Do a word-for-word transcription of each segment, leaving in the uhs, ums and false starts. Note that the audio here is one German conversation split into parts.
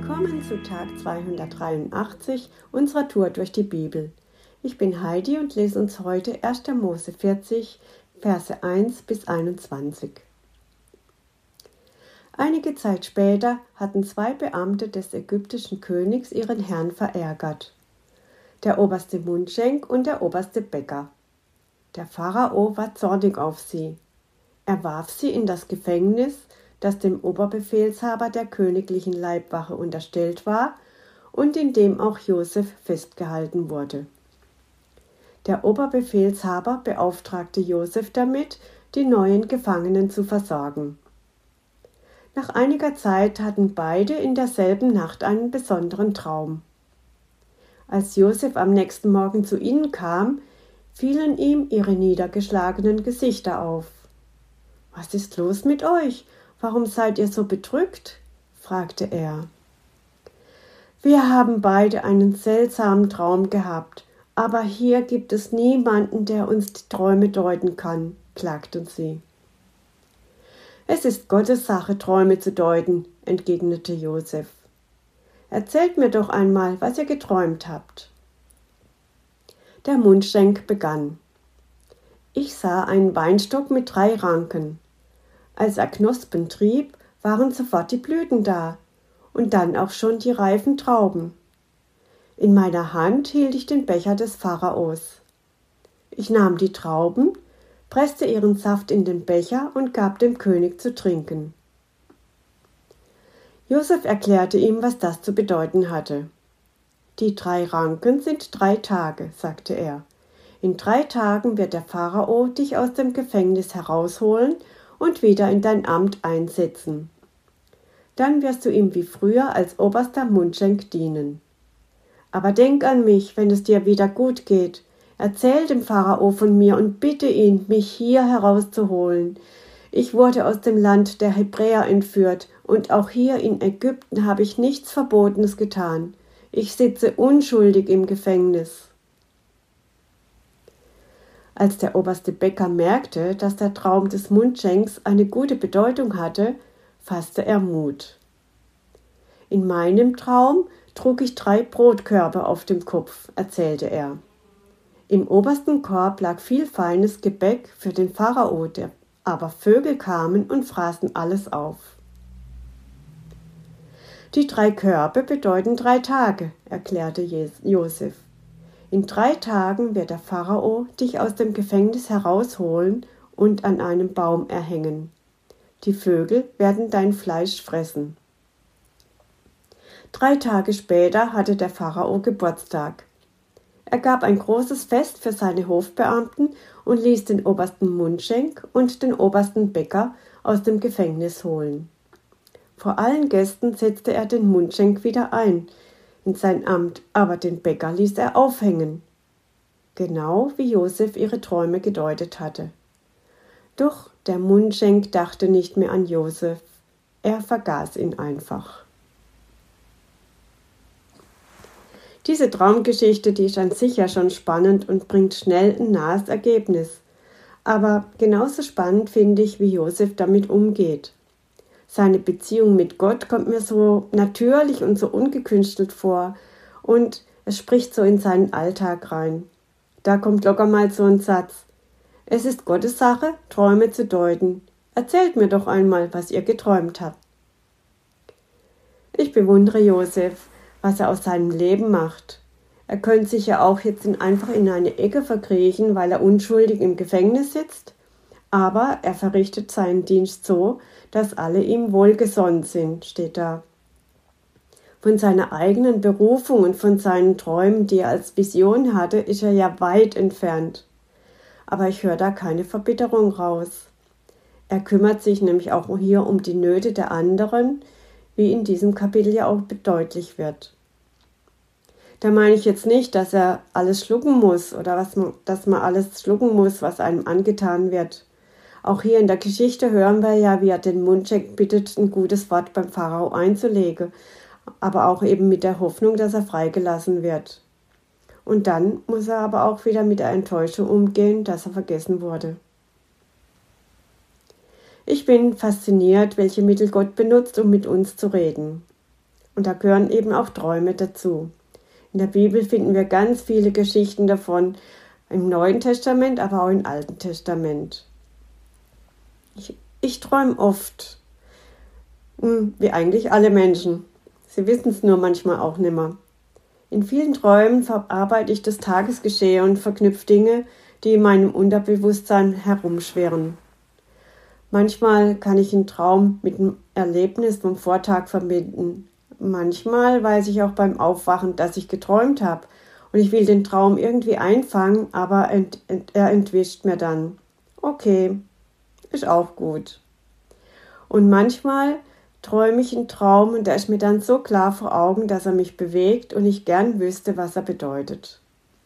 Willkommen zu Tag zweihundertdreiundachtzig unserer Tour durch die Bibel. Ich bin Heidi und lese uns heute erster Mose vierzig, Verse eins bis einundzwanzig. Einige Zeit später hatten zwei Beamte des ägyptischen Königs ihren Herrn verärgert, der oberste Mundschenk und der oberste Bäcker. Der Pharao war zornig auf sie. Er warf sie in das Gefängnis, das dem Oberbefehlshaber der königlichen Leibwache unterstellt war und in dem auch Josef festgehalten wurde. Der Oberbefehlshaber beauftragte Josef damit, die neuen Gefangenen zu versorgen. Nach einiger Zeit hatten beide in derselben Nacht einen besonderen Traum. Als Josef am nächsten Morgen zu ihnen kam, fielen ihm ihre niedergeschlagenen Gesichter auf. »Was ist los mit euch? Warum seid ihr so bedrückt?« fragte er. »Wir haben beide einen seltsamen Traum gehabt, aber hier gibt es niemanden, der uns die Träume deuten kann«, klagten sie. »Es ist Gottes Sache, Träume zu deuten«, entgegnete Josef. »Erzählt mir doch einmal, was ihr geträumt habt.« Der Mundschenk begann. »Ich sah einen Weinstock mit drei Ranken. Als er Knospen trieb, waren sofort die Blüten da und dann auch schon die reifen Trauben. In meiner Hand hielt ich den Becher des Pharaos. Ich nahm die Trauben, presste ihren Saft in den Becher und gab dem König zu trinken.« Josef erklärte ihm, was das zu bedeuten hatte. »Die drei Ranken sind drei Tage«, sagte er. »In drei Tagen wird der Pharao dich aus dem Gefängnis herausholen und wieder in dein Amt einsetzen. Dann wirst du ihm wie früher als oberster Mundschenk dienen. Aber denk an mich, wenn es dir wieder gut geht. Erzähl dem Pharao von mir und bitte ihn, mich hier herauszuholen. Ich wurde aus dem Land der Hebräer entführt und auch hier in Ägypten habe ich nichts Verbotenes getan. Ich sitze unschuldig im Gefängnis.« Als der oberste Bäcker merkte, dass der Traum des Mundschenks eine gute Bedeutung hatte, fasste er Mut. »In meinem Traum trug ich drei Brotkörbe auf dem Kopf«, erzählte er. »Im obersten Korb lag viel feines Gebäck für den Pharao, der, aber Vögel kamen und fraßen alles auf.« »Die drei Körbe bedeuten drei Tage«, erklärte Josef. »In drei Tagen wird der Pharao dich aus dem Gefängnis herausholen und an einem Baum erhängen. Die Vögel werden dein Fleisch fressen.« Drei Tage später hatte der Pharao Geburtstag. Er gab ein großes Fest für seine Hofbeamten und ließ den obersten Mundschenk und den obersten Bäcker aus dem Gefängnis holen. Vor allen Gästen setzte er den Mundschenk wieder ein in sein Amt, aber den Bäcker ließ er aufhängen, genau wie Josef ihre Träume gedeutet hatte. Doch der Mundschenk dachte nicht mehr an Josef, er vergaß ihn einfach. Diese Traumgeschichte, die ist an sich ja schon spannend und bringt schnell ein nahes Ergebnis. Aber genauso spannend finde ich, wie Josef damit umgeht. Seine Beziehung mit Gott kommt mir so natürlich und so ungekünstelt vor und es spricht so in seinen Alltag rein. Da kommt locker mal so ein Satz: »Es ist Gottes Sache, Träume zu deuten. Erzählt mir doch einmal, was ihr geträumt habt.« Ich bewundere Josef, was er aus seinem Leben macht. Er könnte sich ja auch jetzt in, einfach in eine Ecke verkriechen, weil er unschuldig im Gefängnis sitzt. Aber er verrichtet seinen Dienst so, dass alle ihm wohlgesonnen sind, steht da. Von seiner eigenen Berufung und von seinen Träumen, die er als Vision hatte, ist er ja weit entfernt. Aber ich höre da keine Verbitterung raus. Er kümmert sich nämlich auch hier um die Nöte der anderen, wie in diesem Kapitel ja auch deutlich wird. Da meine ich jetzt nicht, dass er alles schlucken muss oder was man, dass man alles schlucken muss, was einem angetan wird. Auch hier in der Geschichte hören wir ja, wie er den Mundschenk bittet, ein gutes Wort beim Pharao einzulegen, aber auch eben mit der Hoffnung, dass er freigelassen wird. Und dann muss er aber auch wieder mit der Enttäuschung umgehen, dass er vergessen wurde. Ich bin fasziniert, welche Mittel Gott benutzt, um mit uns zu reden. Und da gehören eben auch Träume dazu. In der Bibel finden wir ganz viele Geschichten davon, im Neuen Testament, aber auch im Alten Testament. Ich, ich träume oft, wie eigentlich alle Menschen. Sie wissen es nur manchmal auch nicht mehr. In vielen Träumen verarbeite ich das Tagesgeschehen und verknüpfe Dinge, die in meinem Unterbewusstsein herumschwirren. Manchmal kann ich einen Traum mit einem Erlebnis vom Vortag verbinden. Manchmal weiß ich auch beim Aufwachen, dass ich geträumt habe und ich will den Traum irgendwie einfangen, aber ent, ent, er entwischt mir dann. Okay, ist auch gut. Und manchmal träume ich einen Traum und der ist mir dann so klar vor Augen, dass er mich bewegt und ich gern wüsste, was er bedeutet.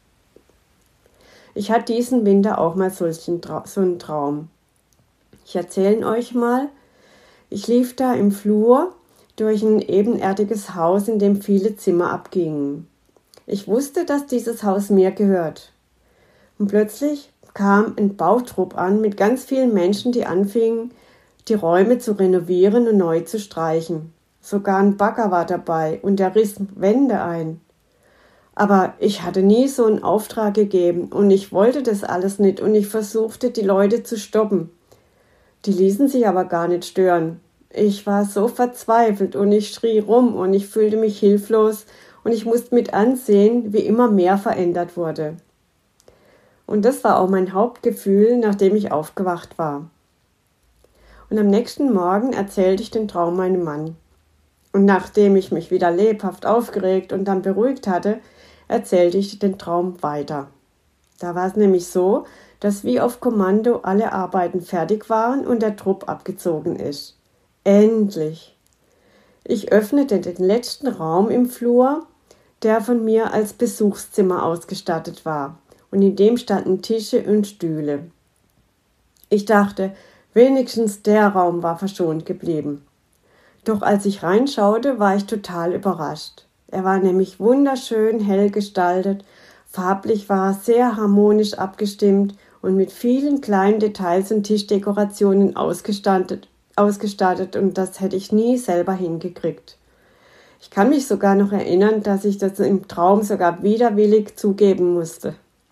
Ich hatte diesen Winter auch mal solchen Tra- so einen Traum. Ich erzähle euch mal, ich lief da im Flur durch ein ebenerdiges Haus, in dem viele Zimmer abgingen. Ich wusste, dass dieses Haus mir gehört. Und plötzlich kam ein Bautrupp an mit ganz vielen Menschen, die anfingen, die Räume zu renovieren und neu zu streichen. Sogar ein Bagger war dabei und der riss Wände ein. Aber ich hatte nie so einen Auftrag gegeben und ich wollte das alles nicht und ich versuchte, die Leute zu stoppen. Die ließen sich aber gar nicht stören. Ich war so verzweifelt und ich schrie rum und ich fühlte mich hilflos und ich musste mit ansehen, wie immer mehr verändert wurde. Und das war auch mein Hauptgefühl, nachdem ich aufgewacht war. Und am nächsten Morgen erzählte ich den Traum meinem Mann. Und nachdem ich mich wieder lebhaft aufgeregt und dann beruhigt hatte, erzählte ich den Traum weiter. Da war es nämlich so, dass wie auf Kommando alle Arbeiten fertig waren und der Trupp abgezogen ist. Endlich! Ich öffnete den letzten Raum im Flur, der von mir als Besuchszimmer ausgestattet war. Und in dem standen Tische und Stühle. Ich dachte, wenigstens der Raum war verschont geblieben. Doch als ich reinschaute, war ich total überrascht. Er war nämlich wunderschön hell gestaltet, farblich war er sehr harmonisch abgestimmt und mit vielen kleinen Details und Tischdekorationen ausgestattet, ausgestattet und das hätte ich nie selber hingekriegt. Ich kann mich sogar noch erinnern, dass ich das im Traum sogar widerwillig zugeben musste.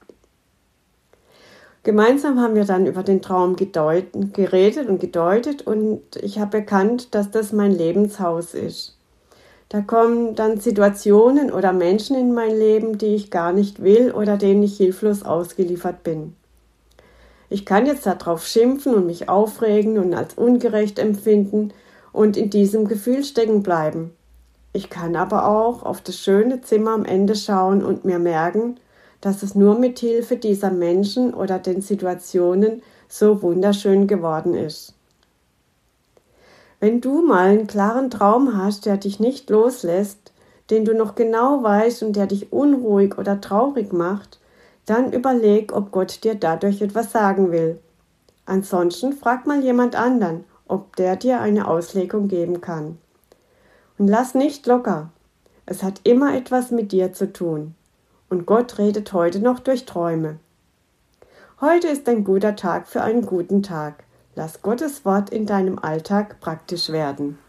Gemeinsam haben wir dann über den Traum gedeut- geredet und gedeutet und ich habe erkannt, dass das mein Lebenshaus ist. Da kommen dann Situationen oder Menschen in mein Leben, die ich gar nicht will oder denen ich hilflos ausgeliefert bin. Ich kann jetzt darauf schimpfen und mich aufregen und als ungerecht empfinden und in diesem Gefühl stecken bleiben. Ich kann aber auch auf das schöne Zimmer am Ende schauen und mir merken, dass es nur mit Hilfe dieser Menschen oder den Situationen so wunderschön geworden ist. Wenn du mal einen klaren Traum hast, der dich nicht loslässt, den du noch genau weißt und der dich unruhig oder traurig macht, dann überleg, ob Gott dir dadurch etwas sagen will. Ansonsten frag mal jemand anderen, ob der dir eine Auslegung geben kann. Und lass nicht locker. Es hat immer etwas mit dir zu tun. Und Gott redet heute noch durch Träume. Heute ist ein guter Tag für einen guten Tag. Lass Gottes Wort in deinem Alltag praktisch werden.